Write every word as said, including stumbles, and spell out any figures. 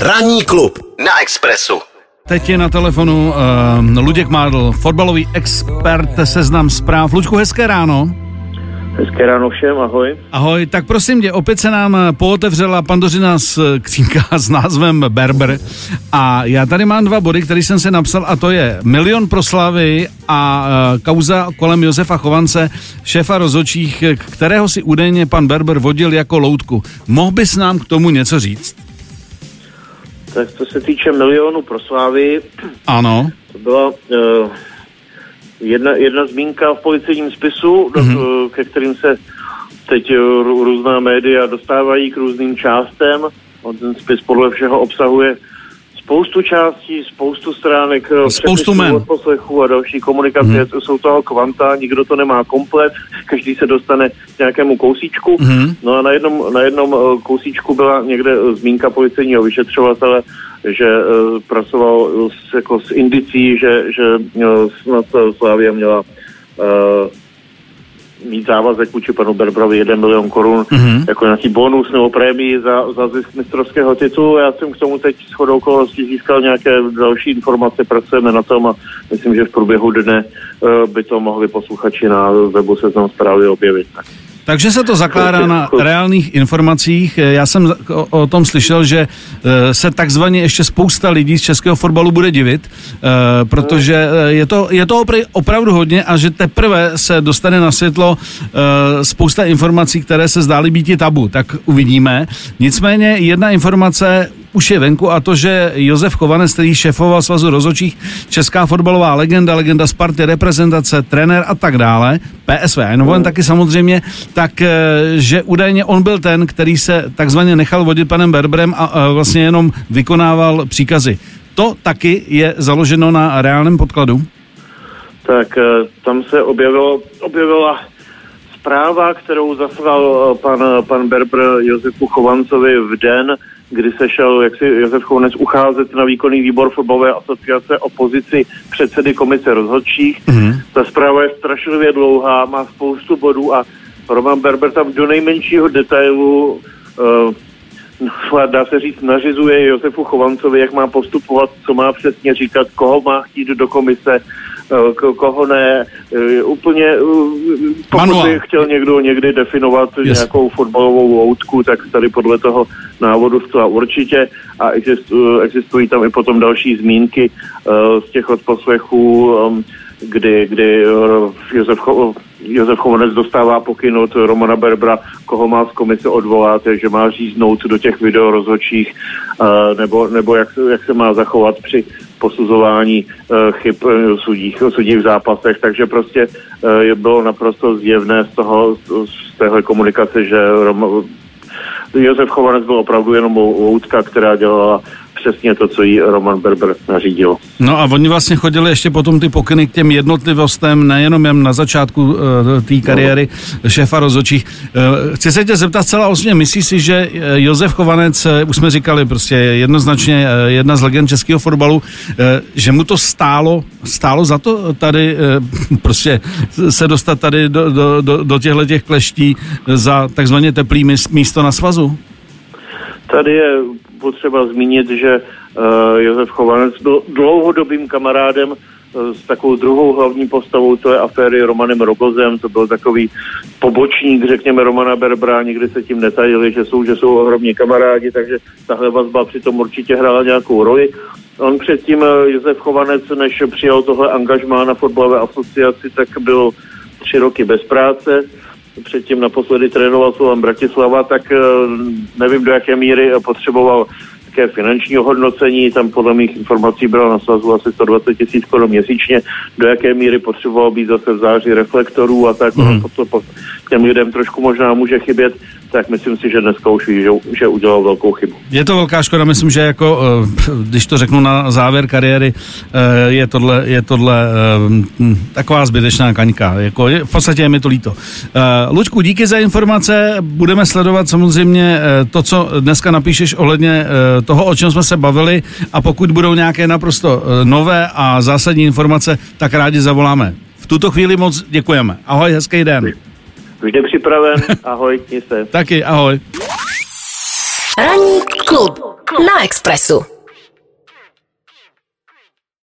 Ranní klub na Expressu. Teď je na telefonu uh, Luděk Mádl, fotbalový expert Seznam Zpráv. Luďku, hezké ráno. Hezké ráno všem, ahoj. Ahoj, tak prosím tě, opět se nám pootevřela Pandořina skřínka s názvem Berber a já tady mám dva body, které jsem se napsal, a to je milion pro Slavii a uh, kauza kolem Josefa Chovance, šéfa rozhodčích, kterého si údajně pan Berber vodil jako loutku. Mohl bys nám k tomu něco říct? Tak co se týče milionu pro Slavii, ano. To byla uh, jedna, jedna zmínka v policejním spisu, mm-hmm. do, ke kterým se teď uh, různá média dostávají k různým částem. Ten spis podle všeho obsahuje spoustu částí, spoustu stránek, spoustu men, odposlechů a další komunikace. Mm-hmm. Jsou toho kvanta, nikdo to nemá komplet, každý se dostane k nějakému kousíčku. Mm-hmm. No a na jednom, na jednom kousíčku byla někde zmínka policejního vyšetřovatele, že uh, pracoval s, jako s indicí, že, že uh, snad Slavia měla uh, mít závazek vůči panu Berberovi jeden milion korun mm-hmm. jako nějaký bonus nebo prémii za, za zisk mistrovského titulu. Já jsem k tomu teď shodou okolností získal nějaké další informace, pracujeme na tom a myslím, že v průběhu dne uh, by to mohli posluchači na webu Seznam Zprávy objevit. Takže se to zakládá na reálných informacích. Já jsem o, o tom slyšel, že se takzvaně ještě spousta lidí z českého fotbalu bude divit, protože je to, je to opravdu hodně a že teprve se dostane na světlo spousta informací, které se zdály být i tabu. Tak uvidíme. Nicméně jedna informace už je venku, a to, že Josef Chovanec, který šéfoval Svazu rozhodčích, česká fotbalová legenda, legenda Sparty, reprezentace, trenér a tak dále, P S V Eindhoven mm. taky samozřejmě, tak že údajně on byl ten, který se takzvaně nechal vodit panem Berberem a, a vlastně jenom vykonával příkazy. To taky je založeno na reálném podkladu? Tak tam se objevilo, objevila zpráva, kterou zaslal pan, pan Berber Josefu Chovancovi v den, kdy se šel jak si Josef Chovanec ucházet na výkonný výbor fotbalové asociace o pozici předsedy komise rozhodčích. Mm-hmm. Ta zpráva je strašlivě dlouhá, má spoustu bodů a Roman Berber tam do nejmenšího detailu, uh, dá se říct, nařizuje Josefu Chovancovi, jak má postupovat, co má přesně říkat, koho má chtít do komise, uh, koho ne. Uh, úplně, uh, pokud by chtěl někdo někdy definovat yes. nějakou fotbalovou loutku, tak tady podle toho návodu zcela určitě a existují, existují tam i potom další zmínky uh, z těch odposlechů, um, kdy, kdy Josef, Cho, Josef Chovanec dostává pokyn od Romana Berbera, koho má z komise odvolat, že má říznout do těch videorozhodčích, uh, nebo, nebo jak, jak se má zachovat při posuzování uh, chyb uh, sudí, sudí v zápasech, takže prostě uh, bylo naprosto zjevné z toho, z téhle komunikace, že Rom, Josef Chovanec byl opravdu jenom loutka, která dělala přesně to, co jí Roman Berber nařídil. No a oni vlastně chodili ještě potom ty pokyny k těm jednotlivostem, nejenom jen na začátku uh, té kariéry no. šéfa rozhodčích. Uh, chci se tě zeptat celá osobně, myslíš si, že Josef Chovanec, uh, už jsme říkali, prostě jednoznačně uh, jedna z legend českého fotbalu, uh, že mu to stálo, stálo za to tady uh, prostě se dostat tady do, do, do, do těchto těch kleští za takzvaně teplý místo na svazu? Tady je potřeba zmínit, že uh, Josef Chovanec byl dlouhodobým kamarádem uh, s takovou druhou hlavní postavou, to je aféry Romanem Rogozem, to byl takový pobočník, řekněme, Romana Berbera, nikdy se tím netajili, že jsou, že jsou ohromní kamarádi, takže tahle vazba přitom určitě hrála nějakou roli. On předtím, uh, Josef Chovanec, než přijal tohle angažmá na fotbalové asociaci, tak byl tři roky bez práce. Předtím naposledy trénoval Slovan Bratislava, tak nevím, do jaké míry potřeboval také finanční hodnocení, tam podle mých informací bylo na svazu asi sto dvacet tisíc korun měsíčně, do jaké míry potřeboval být zase v září reflektorů a tak, mm. to, to těm lidem trošku možná může chybět, tak myslím si, že dneska už ví, že, že udělal velkou chybu. Je to velká škoda, myslím, že jako, když to řeknu na závěr kariéry, je tohle, je tohle taková zbytečná kaňka. Jako, v podstatě je mi to líto. Luďku, díky za informace, budeme sledovat samozřejmě to, co dneska napíšeš ohledně toho, o čem jsme se bavili, a pokud budou nějaké naprosto nové a zásadní informace, tak rádi zavoláme. V tuto chvíli moc děkujeme. Ahoj, hezký den. Vždy připraven, ahoj, se. Taky, ahoj. Ranní klub. Na Expressu.